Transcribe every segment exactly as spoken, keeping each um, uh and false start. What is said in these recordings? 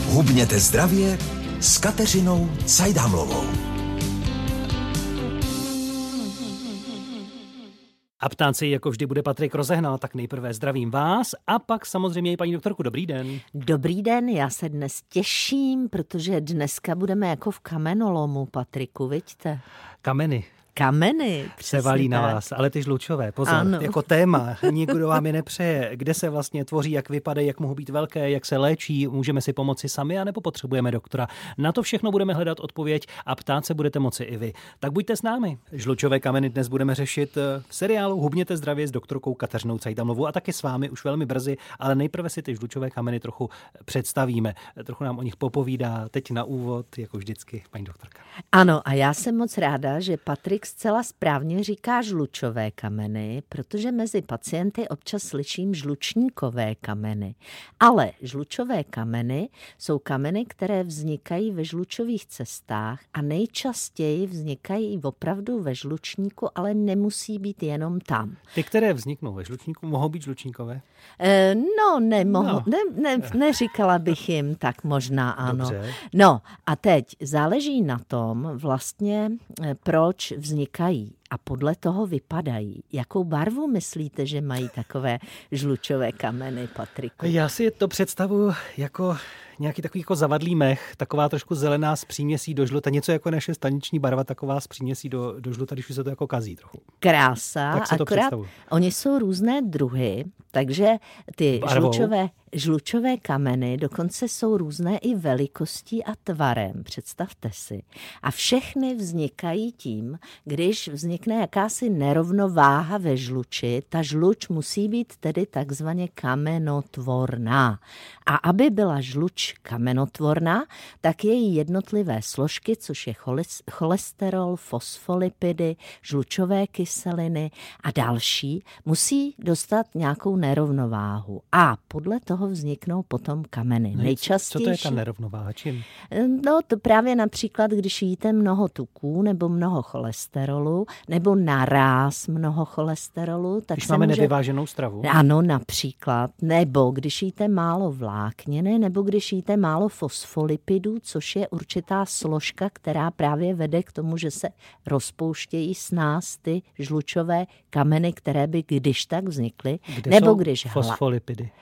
Hubněte zdravě s Kateřinou Cajdámlovou. A ptát se, jako vždy bude Patrik Rozehnal, tak nejprve zdravím vás a pak samozřejmě i paní doktorku. Dobrý den. Dobrý den, já se dnes těším, protože dneska budeme jako v kamenolomu, Patriku, vidíte? Kameny. Kameny, se valí na vás, ale ty žlučové, pozor, ano. Jako téma, nikdo vám je nepřeje, kde se vlastně tvoří, jak vypadají, jak mohou být velké, jak se léčí, můžeme si pomoci sami, anebo potřebujeme doktora. Na to všechno budeme hledat odpověď a ptát se budete moci i vy. Tak buďte s námi. Žlučové kameny dnes budeme řešit v seriálu Hubněte zdravě s doktorkou Kateřinou Cajdámlovou a taky s vámi už velmi brzy, ale nejprve si ty žlučové kameny trochu představíme. Trochu nám o nich popovídá teď na úvod, jako vždycky, paní doktorka. Ano, a já jsem moc ráda, že Patrik zcela správně říká žlučové kameny, protože mezi pacienty občas slyším žlučníkové kameny. Ale žlučové kameny jsou kameny, které vznikají ve žlučových cestách a nejčastěji vznikají opravdu ve žlučníku, ale nemusí být jenom tam. Ty, které vzniknou ve žlučníku, mohou být žlučníkové? E, no, nemohu, no. Ne, ne, neříkala bych jim, tak možná ano. Dobře. No a teď záleží na tom vlastně, proč vznikají a podle toho vypadají. Jakou barvu myslíte, že mají takové žlučové kameny, Patriku? Já si to představuji jako nějaký takový jako zavadlý mech, taková trošku zelená s příměsí do žluta, něco jako naše staniční barva, taková s příměsí do, do žluta, když už se to jako kazí trochu. Krása, tak si to akorát představuji. Oni jsou různé druhy, takže ty žlučové, žlučové kameny dokonce jsou různé i velikostí a tvarem, představte si. A všechny vznikají tím, když vznikne jakási nerovnováha ve žluči, ta žluč musí být tedy takzvaně kamenotvorná. A aby byla žluč kamenotvorná, tak její jednotlivé složky, což je cholesterol, fosfolipidy, žlučové kyseliny a další, musí dostat nějakou nerovnováhu. A podle toho vzniknou potom kameny. No, Nejčastější. Co to je ta nerovnováha? Čím? No to právě například, když jíte mnoho tuků nebo mnoho cholesterolu, nebo naráz mnoho cholesterolu. Tak když se máme může... nevyváženou stravu? Ano, například. Nebo když jíte málo vlákniny, nebo když jíte málo fosfolipidů, což je určitá složka, která právě vede k tomu, že se rozpouštějí s nás ty žlučové kameny, které by když tak vznikly. Kde nebo jsou když fosfolipidy?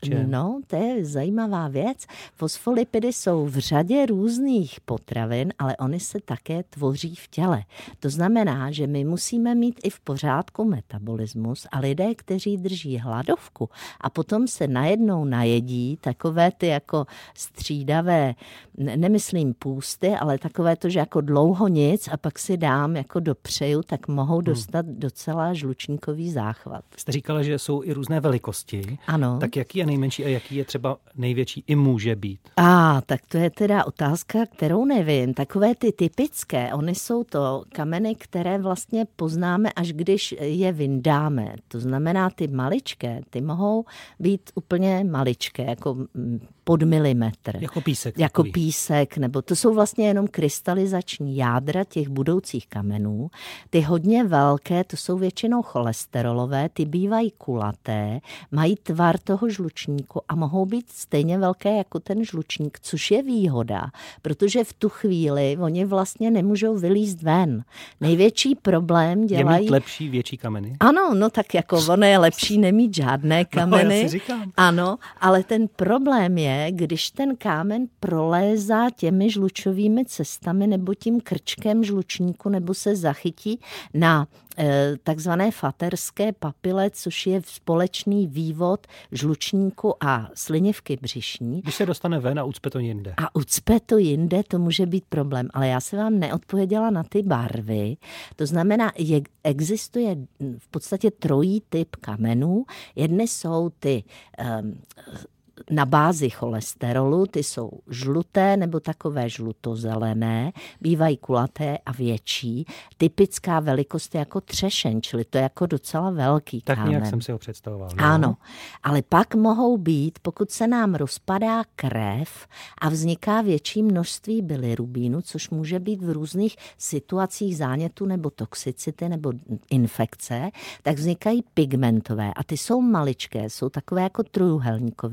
No, to je zajímavá věc. Fosfolipidy jsou v řadě různých potravin, ale oni se také tvoří v těle. To znamená, že my musíme mít i v pořádku metabolismus a lidé, kteří drží hladovku a potom se najednou najedí takové ty jako střídavé, nemyslím půsty, ale takové to, že jako dlouho nic a pak si dám jako dopřeju, tak mohou dostat hmm. docela žlučníkový záchvat. Jste říkala, že jsou i různé velikosti. Ano. Tak jaký je nejmenší a jaký je třeba největší i může být? A, tak to je teda otázka, kterou nevím. Takové ty typické, oni jsou to kameny, které vlastně poznáme, až když je vyndáme. To znamená, ty maličké, ty mohou být úplně maličké, jako pod milimetr. Jako písek. Jako takový. písek, nebo to jsou vlastně jenom krystalizační jádra těch budoucích kamenů. Ty hodně velké, to jsou většinou cholesterolové, ty bývají kulaté, mají tvar toho žlučníku a mohou být stejně velké jako ten žlučník, což je výhoda, protože v tu chvíli oni vlastně nemůžou vylízt ven. Největší problém dělají... Je mít lepší, větší kameny? Ano, no tak jako ono je lepší nemít žádné kameny. No, já si říkám. Ano, ale ten problém je, když ten kámen prolézá těmi žlučovými cestami nebo tím krčkem žlučníku nebo se zachytí na e, takzvané faterské papile, což je společný vývod žlučníku a slinivky břišní. Když se dostane ven a ucpe to jinde. A ucpe to jinde, to může být problém. Ale já se vám neodpověděla na ty barvy. To znamená, je, existuje v podstatě trojí typ kamenů. Jedny jsou ty... Um, na bázi cholesterolu, ty jsou žluté nebo takové žlutozelené, bývají kulaté a větší. Typická velikost je jako třešeň, čili to je jako docela velký tak kámen. Tak nějak jsem si ho představoval. No. Ano, ale pak mohou být, pokud se nám rozpadá krev a vzniká větší množství bilirubínu, což může být v různých situacích zánětu nebo toxicity nebo infekce, tak vznikají pigmentové a ty jsou maličké, jsou takové jako trojúhelníkovité.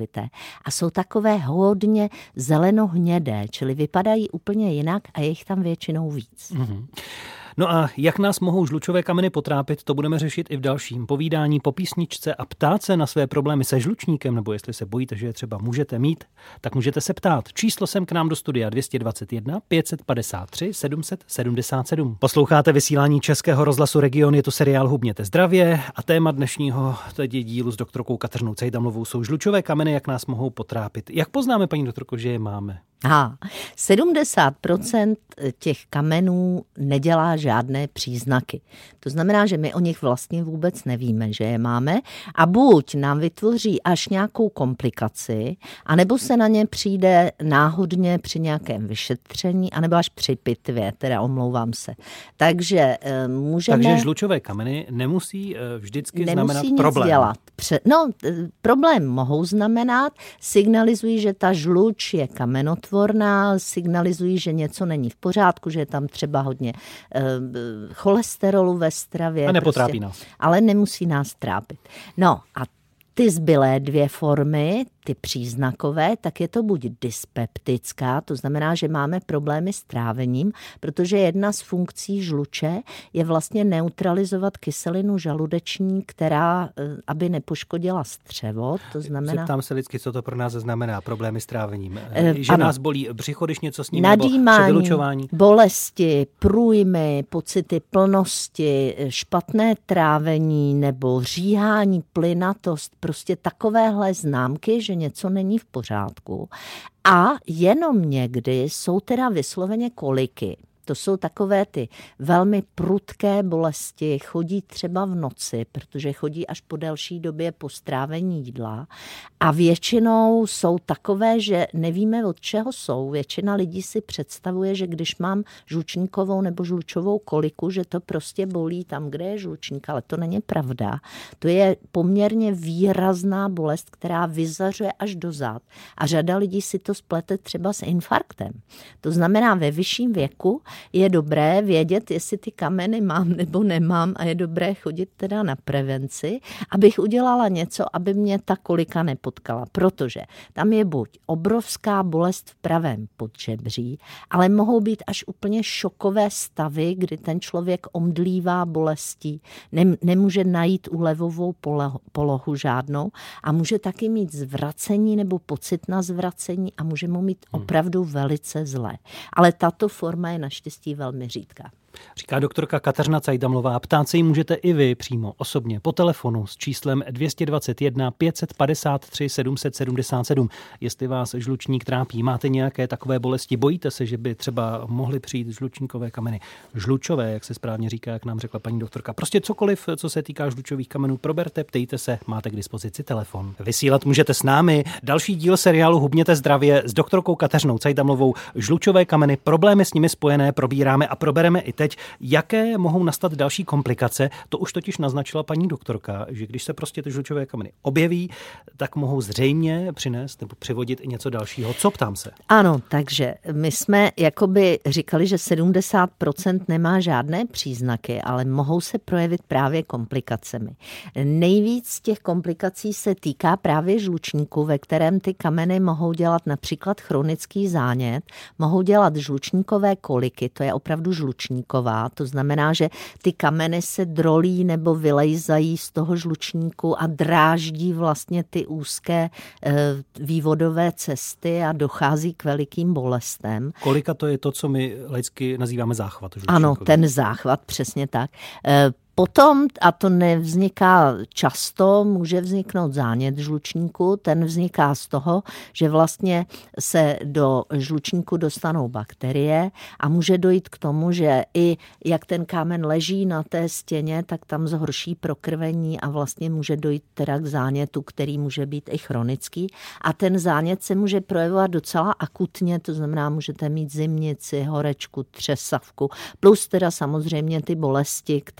a jsou takové hodně zelenohnědé, čili vypadají úplně jinak a je jich tam většinou víc. Mm-hmm. No a jak nás mohou žlučové kameny potrápit, to budeme řešit i v dalším povídání po písničce a ptát se na své problémy se žlučníkem, nebo jestli se bojíte, že je třeba můžete mít, tak můžete se ptát. Číslo sem k nám do studia dvě stě dvacet jedna pět set padesát tři sedm set sedmdesát sedm. Posloucháte vysílání Českého rozhlasu Region, je to seriál Hubněte zdravě a téma dnešního teď dílu s doktorkou Kateřinou Cajdamlovou jsou žlučové kameny, jak nás mohou potrápit. Jak poznáme, paní doktorko, že je máme? Aha, sedmdesát procent těch kamenů nedělá žádné příznaky. To znamená, že my o nich vlastně vůbec nevíme, že je máme a buď nám vytvoří až nějakou komplikaci, anebo se na ně přijde náhodně při nějakém vyšetření, anebo až při pitvě, teda omlouvám se. Takže můžeme... Takže žlučové kameny nemusí vždycky nemusí znamenat nic problém. Dělat. No, problém mohou znamenat, signalizují, že ta žluč je kamenotvorná, signalizují, že něco není v pořádku, že je tam třeba hodně e, cholesterolu ve stravě. A nepotrápí prostě, nás. Ale nemusí nás trápit. No a ty zbylé dvě formy, ty příznakové, tak je to buď dyspeptická, to znamená, že máme problémy s trávením, protože jedna z funkcí žluče je vlastně neutralizovat kyselinu žaludeční, která, aby nepoškodila střevo, to znamená... Zeptám se vždycky, co to pro nás znamená, problémy s trávením. E, že ano. nás bolí břicho, když něco s ním, nadýmání, nebo převylučování. Bolesti, průjmy, pocity plnosti, špatné trávení nebo říhání, plynatost, prostě takovéhle známky, že něco není v pořádku. A jenom někdy jsou teda vysloveně koliky. To jsou takové ty velmi prudké bolesti, chodí třeba v noci, protože chodí až po delší době po strávení jídla a většinou jsou takové, že nevíme, od čeho jsou. Většina lidí si představuje, že když mám žlučníkovou nebo žlučovou koliku, že to prostě bolí tam, kde je žlučník, ale to není pravda. To je poměrně výrazná bolest, která vyzařuje až do zad a řada lidí si to splete třeba s infarktem. To znamená, ve vyšším věku je dobré vědět, jestli ty kameny mám nebo nemám a je dobré chodit teda na prevenci, abych udělala něco, aby mě ta kolika nepotkala, protože tam je buď obrovská bolest v pravém podžebří, ale mohou být až úplně šokové stavy, kdy ten člověk omdlívá bolestí, nemůže najít úlevovou polohu žádnou a může taky mít zvracení nebo pocit na zvracení a může mu mít opravdu velice zlé. Ale tato forma je naštěstí velmi řídká. Říká doktorka Kateřina Cajdamlová. Ptát se jí můžete i vy přímo, osobně, po telefonu s číslem dvě stě dvacet jedna pět set padesát tři sedm set sedmdesát sedm. Jestli vás žlučník trápí, máte nějaké takové bolesti, bojíte se, že by třeba mohly přijít žlučníkové kameny. Žlučové, jak se správně říká, jak nám řekla paní doktorka. Prostě cokoliv, co se týká žlučových kamenů, proberte, ptejte se, máte k dispozici telefon. Vysílat můžete s námi. Další díl seriálu Hubněte zdravě s doktorkou Kateřinou Cajdamlovou. Žlučové kameny, problémy s nimi spojené probíráme a probereme i teď. Jaké mohou nastat další komplikace? To už totiž naznačila paní doktorka, že když se prostě ty žlučové kameny objeví, tak mohou zřejmě přinést nebo přivodit i něco dalšího. Co, ptám se? Ano, takže my jsme jakoby říkali, že sedmdesát procent nemá žádné příznaky, ale mohou se projevit právě komplikacemi. Nejvíc z těch komplikací se týká právě žlučníku, ve kterém ty kameny mohou dělat například chronický zánět, mohou dělat žlučníkové koliky, to je opravdu žlučníková, to znamená, že ty kameny se drolí nebo vylejzají z toho žlučníku a dráždí vlastně ty úzké e, vývodové cesty a dochází k velikým bolestem. Kolika to je to, co my laicky nazýváme záchvat žlučníkový? Ano, ten záchvat, přesně tak. E, Potom, a to nevzniká často, může vzniknout zánět žlučníku, ten vzniká z toho, že vlastně se do žlučníku dostanou bakterie a může dojít k tomu, že i jak ten kámen leží na té stěně, tak tam zhorší prokrvení a vlastně může dojít teda k zánětu, který může být i chronický. A ten zánět se může projevovat docela akutně, to znamená, můžete mít zimnici, horečku, třesavku, plus teda samozřejmě ty bolesti, které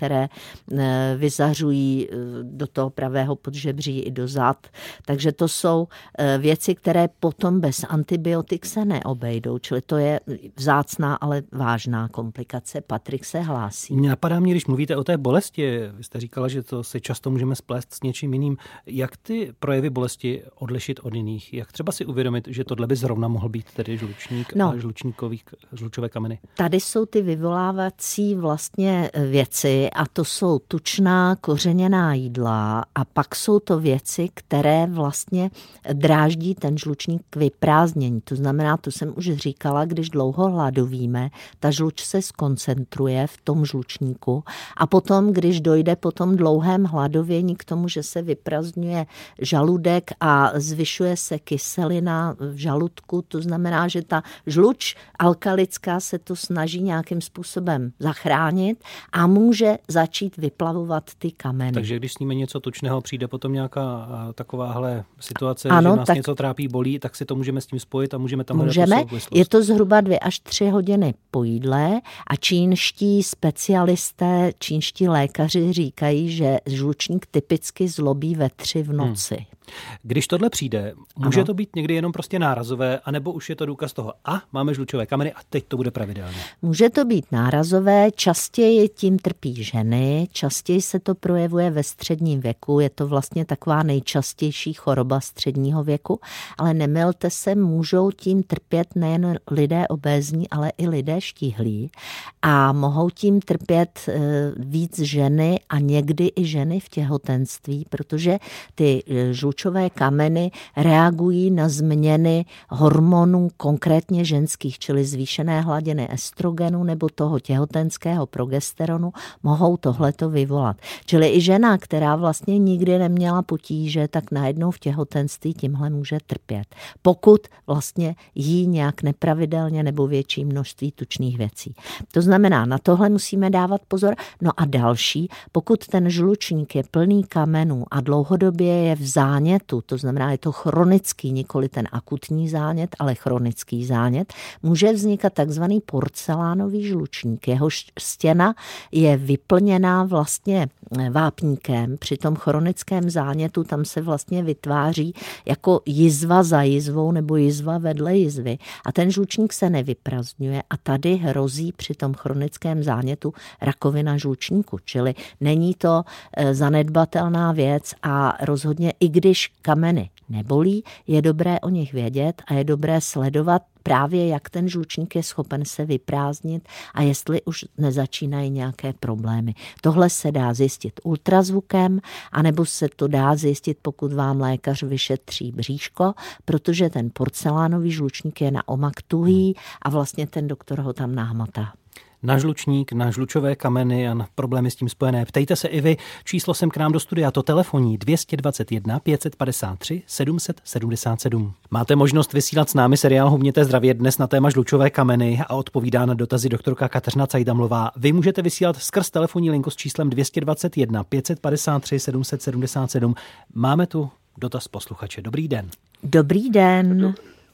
vyzařují do toho pravého podžebří i do zad. Takže to jsou věci, které potom bez antibiotik se neobejdou. Čili to je vzácná, ale vážná komplikace. Patrik se hlásí. Napadá mě, když mluvíte o té bolesti, vy jste říkala, že to si často můžeme splést s něčím jiným. Jak ty projevy bolesti odlišit od jiných? Jak třeba si uvědomit, že tohle by zrovna mohl být tedy žlučník no, a žlučníkový, žlučové kameny? Tady jsou ty vyvolávací vlastně věci a to jsou tučná, kořeněná jídla a pak jsou to věci, které vlastně dráždí ten žlučník k vyprázdnění. To znamená, to jsem už říkala, když dlouho hladovíme, ta žluč se skoncentruje v tom žlučníku a potom, když dojde po tom dlouhém hladovění k tomu, že se vyprazdňuje žaludek a zvyšuje se kyselina v žaludku, to znamená, že ta žluč alkalická se to snaží nějakým způsobem zachránit a může začít vyplavovat ty kameny. Takže když sníme něco tučného, přijde potom nějaká takováhle situace, ano, že nás tak něco trápí, bolí, tak si to můžeme s tím spojit a můžeme tam můžeme. hledat souvislost. Je to zhruba dvě až tři hodiny po jídle a čínští specialisté, čínští lékaři říkají, že žlučník typicky zlobí ve tři v noci. Hmm. Když tohle přijde, může ano. to být někdy jenom prostě nárazové, anebo už je to důkaz toho, a máme žlučové kameny a teď to bude pravidelně? Může to být nárazové, častěji tím trpí ženy, častěji se to projevuje ve středním věku, je to vlastně taková nejčastější choroba středního věku, ale nemylte se, můžou tím trpět nejen lidé obézní, ale i lidé štíhlí a mohou tím trpět víc ženy a někdy i ženy v těhotenství, protože ty žlučové kameny reagují na změny hormonů konkrétně ženských, čili zvýšené hladiny estrogenu nebo toho těhotenského progesteronu mohou tohleto vyvolat. Čili i žena, která vlastně nikdy neměla potíže, tak najednou v těhotenství tímhle může trpět. Pokud vlastně jí nějak nepravidelně nebo větší množství tučných věcí. To znamená, na tohle musíme dávat pozor. No a další, pokud ten žlučník je plný kamenů a dlouhodobě je v zánětu, to znamená, je to chronický, nikoli ten akutní zánět, ale chronický zánět, může vznikat takzvaný porcelánový žlučník. Jeho stěna je vyplněná vlastně vápníkem. Při tom chronickém zánětu tam se vlastně vytváří jako jizva za jizvou nebo jizva vedle jizvy a ten žlučník se nevyprazdňuje a tady hrozí při tom chronickém zánětu rakovina žlučníku, čili není to zanedbatelná věc a rozhodně i když kameny nebolí, je dobré o nich vědět a je dobré sledovat právě, jak ten žlučník je schopen se vyprázdnit a jestli už nezačínají nějaké problémy. Tohle se dá zjistit ultrazvukem, anebo se to dá zjistit, pokud vám lékař vyšetří bříško, protože ten porcelánový žlučník je na omak tuhý a vlastně ten doktor ho tam nahmotá. Na žlučník, na žlučové kameny a na problémy s tím spojené. Ptejte se i vy. Číslo sem k nám do studia, to telefonní dvě stě dvacet jedna pět set padesát tři sedm set sedmdesát sedm. Máte možnost vysílat s námi seriál Hubněte zdravě dnes na téma žlučové kameny a odpovídá na dotazy doktorka Kateřina Cajdamlová. Vy můžete vysílat skrz telefonní linku s číslem dvě stě dvacet jedna pět set padesát tři sedm set sedmdesát sedm. Máme tu dotaz posluchače. Dobrý den. Dobrý den.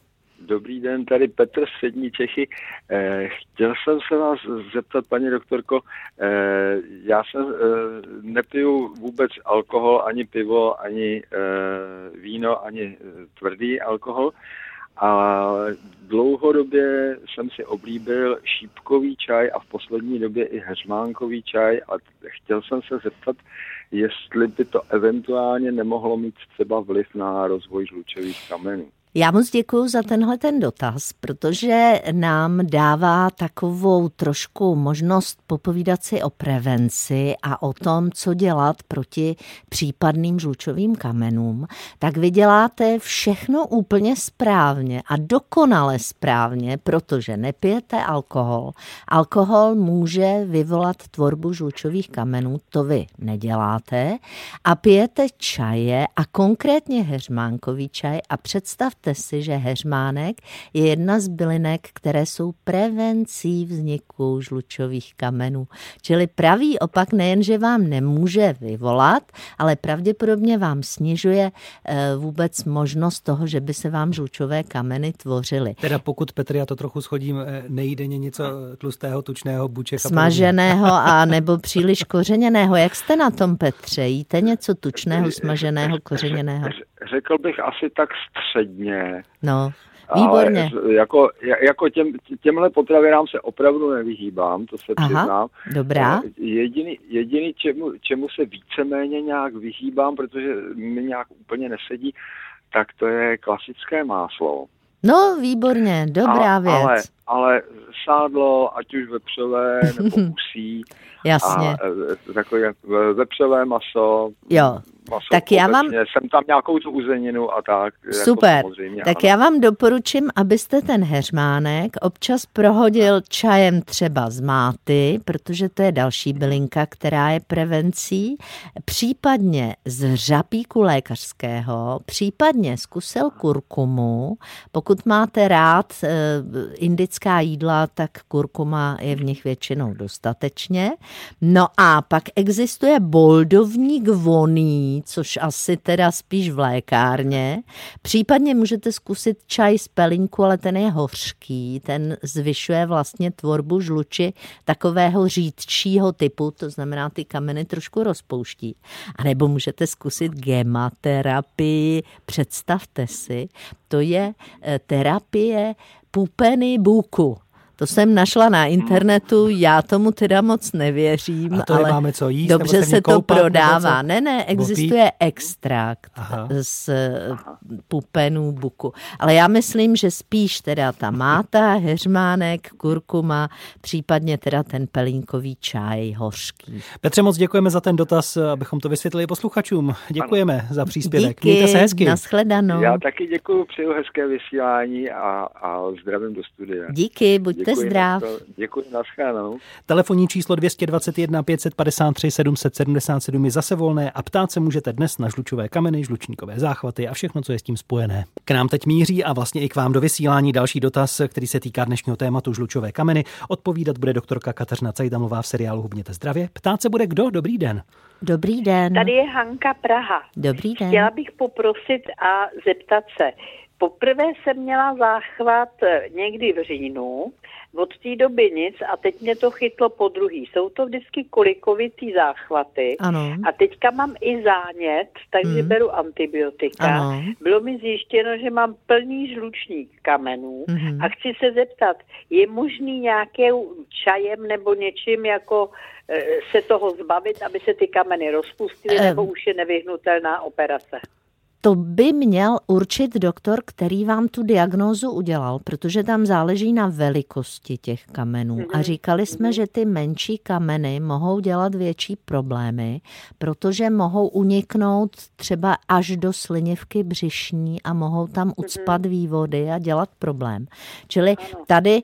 Dobrý den, tady Petr z Střední Čechy. Eh, chtěl jsem se vás zeptat, paní doktorko, eh, já jsem eh, nepiju vůbec alkohol, ani pivo, ani eh, víno, ani tvrdý alkohol. A dlouhodobě jsem si oblíbil šípkový čaj a v poslední době i heřmánkový čaj a chtěl jsem se zeptat, jestli by to eventuálně nemohlo mít třeba vliv na rozvoj žlučových kamenů. Já moc děkuju za tenhle ten dotaz, protože nám dává takovou trošku možnost popovídat si o prevenci a o tom, co dělat proti případným žlučovým kamenům. Tak vy děláte všechno úplně správně a dokonale správně, protože nepijete alkohol. Alkohol může vyvolat tvorbu žlučových kamenů, to vy neděláte. A pijete čaje a konkrétně heřmánkový čaj a představte představte si, že heřmánek je jedna z bylinek, které jsou prevencí vzniku žlučových kamenů. Čili pravý opak nejen, že vám nemůže vyvolat, ale pravděpodobně vám snižuje vůbec možnost toho, že by se vám žlučové kameny tvořily. Teda pokud, Petr, já to trochu schodím, nejde něco tlustého, tučného, buček. Smaženého a nebo příliš kořeněného. Jak jste na tom, Petře? Jíte něco tučného, smaženého, kořeněného? Řekl bych asi tak středně. No, výborně. Ale jako, jako těm, těmhle potravinám se opravdu nevyhýbám, to se Aha, přiznám. Dobrá. Jediný, jediný čemu, čemu se víceméně nějak vyhýbám, protože mi nějak úplně nesedí, tak to je klasické máslo. No, výborně, dobrá a, věc. Ale, ale sádlo, ať už vepřové nebo husí. Jasně. A takové vepřové maso. Jo. Maso tak já vám... Jsem tam nějakou tu uzeninu a tak. Super, jako tak ano. Já vám doporučím, abyste ten heřmánek občas prohodil čajem třeba z máty, protože to je další bylinka, která je prevencí, případně z řapíku lékařského, případně zkusil kurkumu. Pokud máte rád e, indická jídla, tak kurkuma je v nich většinou dostatečně. No a pak existuje boldovník voný, což asi teda spíš v lékárně. Případně můžete zkusit čaj z pelinku, ale ten je hořký, ten zvyšuje vlastně tvorbu žluči takového řídčího typu, to znamená ty kameny trošku rozpouští. A nebo můžete zkusit gematerapii, představte si, to je terapie pupeny buku. To jsem našla na internetu, já tomu teda moc nevěřím, a to ale máme co jíst, dobře se, se to koupat, prodává. Ne, ne, existuje extrakt Aha. z pupenů buku. Ale já myslím, že spíš teda ta máta, heřmánek, kurkuma, případně teda ten pelínkový čaj hořký. Petře, moc děkujeme za ten dotaz, abychom to vysvětlili posluchačům. Děkujeme ano. za příspěvek. Díky, mějte se hezky. Nashledanou. Já taky děkuji, přeju hezké vysílání a, a zdravím do studia. Díky, buďte Děkuji zdrav. Na děkuji, naschledanou. Telefonní číslo dvě stě dvacet jedna pět set padesát tři sedm set sedmdesát sedm je zase volné a ptát se můžete dnes na žlučové kameny, žlučníkové záchvaty a všechno, co je s tím spojené. K nám teď míří a vlastně i k vám do vysílání další dotaz, který se týká dnešního tématu žlučové kameny. Odpovídat bude doktorka Kateřina Cajdamlová v seriálu Hubněte zdravě. Ptát se bude kdo? Dobrý den. Dobrý den. Tady je Hanka Praha. Dobrý den. Chtěla bych poprosit a zeptat se. Poprvé jsem měla záchvat někdy v říjnu, od té doby nic a teď mě to chytlo po druhý. Jsou to vždycky kolikovitý záchvaty. Ano. A teďka mám i zánět, takže mm. beru antibiotika. Ano. Bylo mi zjištěno, že mám plný žlučník kamenů mm. a chci se zeptat, je možný nějakým čajem nebo něčím jako se toho zbavit, aby se ty kameny rozpustily, um. nebo už je nevyhnutelná operace? To by měl určit doktor, který vám tu diagnózu udělal, protože tam záleží na velikosti těch kamenů. A říkali jsme, že ty menší kameny mohou dělat větší problémy, protože mohou uniknout třeba až do slinivky břišní a mohou tam ucpat vývody a dělat problém. Čili tady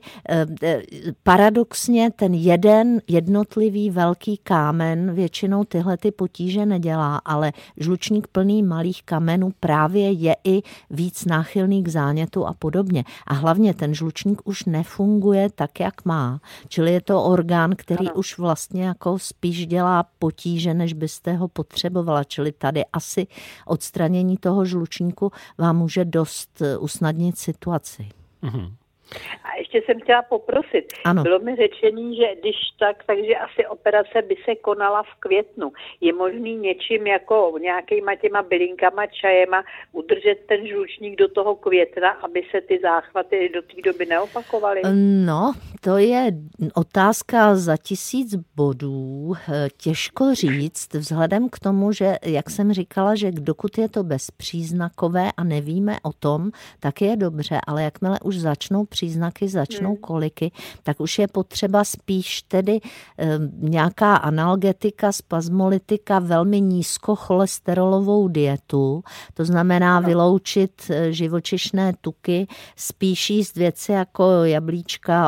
paradoxně ten jeden jednotlivý velký kámen většinou tyhle ty potíže nedělá, ale žlučník plný malých kamenů právě je i víc náchylný k zánětu a podobně. A hlavně ten žlučník už nefunguje tak, jak má. Čili je to orgán, který ano. už vlastně jako spíš dělá potíže, než byste ho potřebovala. Čili tady asi odstranění toho žlučníku vám může dost usnadnit situaci. Mhm. A ještě jsem chtěla poprosit. Ano. Bylo mi řečení, že když tak, takže asi operace by se konala v květnu. Je možný něčím jako nějakýma těma bylinkama, čajema udržet ten žlučník do toho května, aby se ty záchvaty do té doby neopakovaly? No, to je otázka za tisíc bodů. Těžko říct, vzhledem k tomu, že, jak jsem říkala, že dokud je to bezpříznakové a nevíme o tom, tak je dobře, ale jakmile už začnou příznaky, začnou hmm. koliky, tak už je potřeba spíš tedy e, nějaká analgetika, spazmolitika, velmi nízkocholesterolovou dietu, to znamená no. vyloučit e, živočišné tuky, spíš jíst věci jako jablíčka, oves,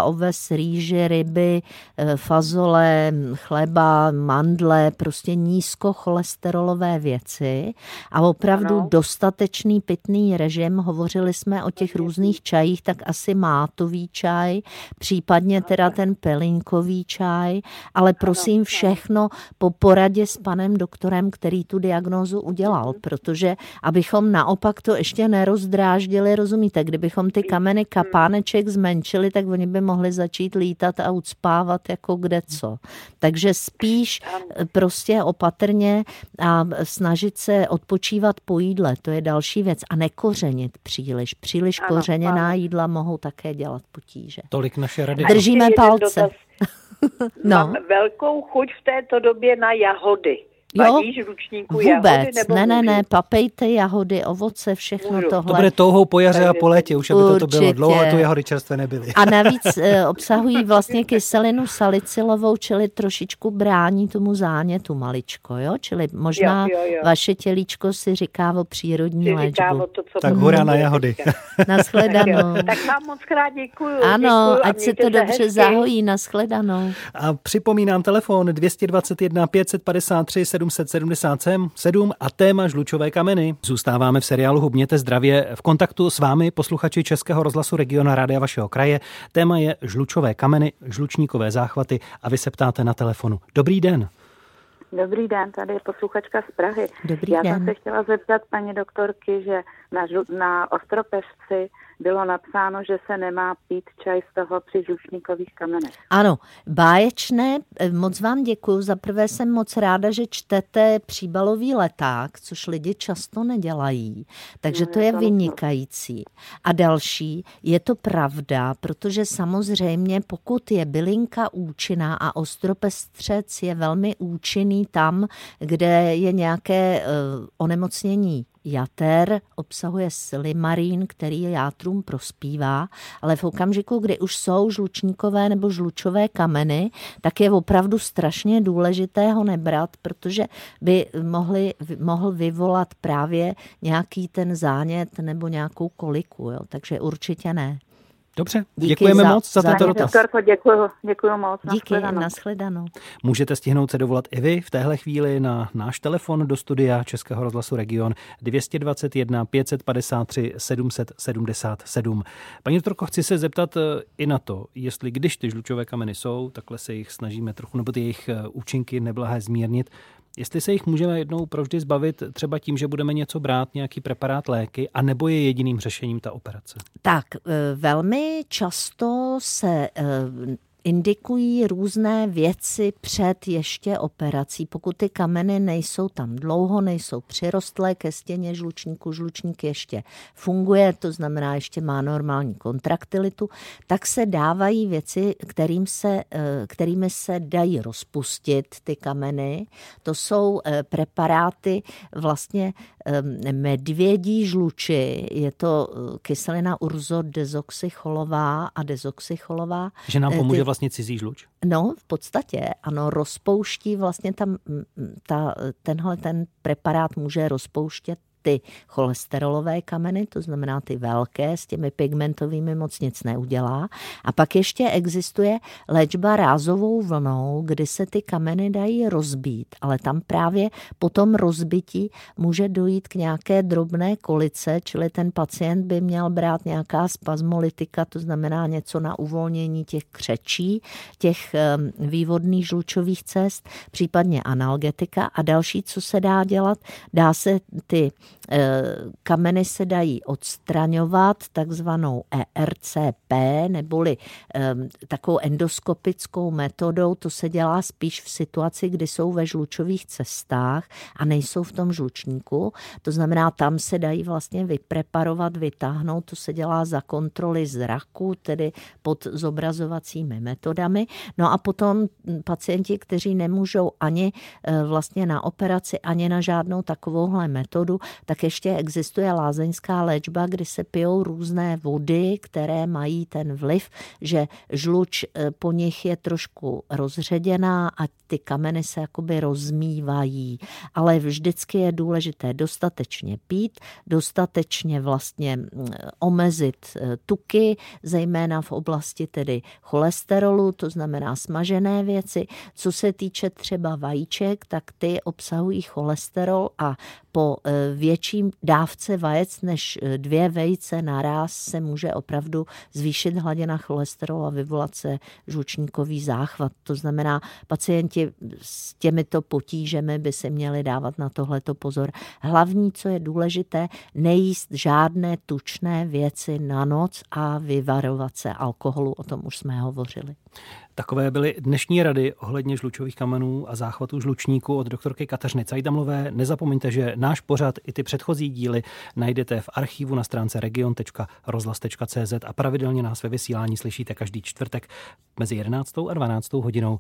ovoce, rýži, ryby, fazole, chleba, mandle, prostě nízkocholesterolové věci a opravdu ano. dostatečný pitný režim. Hovořili jsme o těch různých čajích, tak asi mátový čaj, případně teda ten pelinkový čaj, ale prosím všechno po poradě s panem doktorem, který tu diagnózu udělal, protože abychom naopak to ještě nerozdráždili, rozumíte, kdybychom ty kameny kapáneček zmenšili, tak oni by mohli začít lítat a ucpávat jako kde co. Takže spíš prostě opatrně a snažit se odpočívat po jídle, to je další věc a nekořenit příliš. Příliš ano, kořeněná ano. jídla mohou také dělat potíže. Tolik naše rady. Držíme palce. No. Mám velkou chuť v této době na jahody. Vadí žlučníku vůbec. Jahody, nebo ne, ne, ne, papejte jahody, ovoce, všechno můžu. Tohle. To bude touhou po jaře a po létě, už aby to bylo dlouho a tu jahody čerstvé nebyly. A navíc e, obsahují vlastně kyselinu salicylovou, čili trošičku brání tomu zánětu maličko, jo? Čili možná jo, jo, jo. vaše tělíčko si říká o přírodní si léčbu. To, co tak hurá na jahody. Nashledanou. Tak, tak vám moc krát děkuju. Ano, děkuju ať se to dobře hezky. Zahojí, nashledanou. A připomínám telefon dvě stě dvacet jedna pět set padesát tři sedm set sedmdesát sedm a téma žlučové kameny. Zůstáváme v seriálu Hubněte zdravě v kontaktu s vámi, posluchači Českého rozhlasu Regiona Rádia vašeho kraje. Téma je žlučové kameny, žlučníkové záchvaty a vy se ptáte na telefonu. Dobrý den. Dobrý den, tady je posluchačka z Prahy. Dobrý Já den. jsem se chtěla zeptat paní doktorky, že na, žlu- na ostropešci bylo napsáno, že se nemá pít čaj z toho při žlučníkových kamenech. Ano, báječné, moc vám děkuju. Za prvé jsem moc ráda, že čtete příbalový leták, což lidi často nedělají, takže no, to je to vynikající. A další, je to pravda, protože samozřejmě pokud je bylinka účinná a ostropestřec je velmi účinný tam, kde je nějaké uh, onemocnění jater, obsahuje silimarín, který játrům prospívá, ale v okamžiku, kdy už jsou žlučníkové nebo žlučové kameny, tak je opravdu strašně důležité ho nebrat, protože by mohli, mohl vyvolat právě nějaký ten zánět nebo nějakou koliku, jo? Takže určitě ne. Dobře, díky děkujeme za, moc za, za tento dotaz. Doktorko, děkuju, děkuju moc. Díky, nashledanou. Můžete stihnout se dovolat i vy v téhle chvíli na náš telefon do studia Českého rozhlasu Region dvě stě dvacet jedna pět set padesát tři sedm set sedmdesát sedm. Paní doktorko, chci se zeptat i na to, jestli když ty žlučové kameny jsou, takhle se jich snažíme trochu, nebo ty jejich účinky neblahé zmírnit, jestli se jich můžeme jednou provždy zbavit třeba tím, že budeme něco brát, nějaký preparát, léky, anebo je jediným řešením ta operace? Tak, velmi často se indikují různé věci před ještě operací. Pokud ty kameny nejsou tam dlouho, nejsou přirostlé ke stěně žlučníku, žlučník ještě funguje, to znamená ještě má normální kontraktilitu, tak se dávají věci, kterým se, kterými se dají rozpustit ty kameny. To jsou preparáty vlastně medvědí žluči, je to kyselina urzodezoxycholová a dezoxycholová. Že nám pomůže ty, vlastně cizí žluč? No, v podstatě, ano, rozpouští vlastně tam, ta, tenhle ten preparát může rozpouštět ty cholesterolové kameny, to znamená ty velké, s těmi pigmentovými moc nic neudělá. A pak ještě existuje léčba rázovou vlnou, kdy se ty kameny dají rozbít, ale tam právě po tom rozbití může dojít k nějaké drobné kolice, čili ten pacient by měl brát nějaká spazmolitika, to znamená něco na uvolnění těch křečí, těch vývodných žlučových cest, případně analgetika. A další, co se dá dělat, dá se ty kameny se dají odstraňovat takzvanou E R C P neboli um, takovou endoskopickou metodou. To se dělá spíš v situaci, kdy jsou ve žlučových cestách a nejsou v tom žlučníku. To znamená, tam se dají vlastně vypreparovat, vytáhnout. To se dělá za kontroly zraku, tedy pod zobrazovacími metodami. No a potom pacienti, kteří nemůžou ani vlastně na operaci, ani na žádnou takovouhle metodu, tak ještě existuje lázeňská léčba, kdy se pijou různé vody, které mají ten vliv, že žluč po nich je trošku rozředěná a ty kameny se jakoby rozmývají. Ale vždycky je důležité dostatečně pít, dostatečně vlastně omezit tuky, zejména v oblasti tedy cholesterolu, to znamená smažené věci. Co se týče třeba vajíček, tak ty obsahují cholesterol a po větší dávce vajec než dvě vejce naráz se může opravdu zvýšit hladina cholesterolu a vyvolat se žlučníkový záchvat. To znamená, pacienti s těmito potížemi by si měli dávat na tohleto pozor. Hlavní, co je důležité, nejíst žádné tučné věci na noc a vyvarovat se alkoholu, o tom už jsme hovořili. Takové byly dnešní rady ohledně žlučových kamenů a záchvatů žlučníku od doktorky Kateřiny Cajdamlové. Nezapomeňte, že náš pořad i ty předchozí díly najdete v archivu na stránce region tečka rozhlas tečka cé zet a pravidelně nás ve vysílání slyšíte každý čtvrtek mezi jedenáctou a dvanáctou hodinou.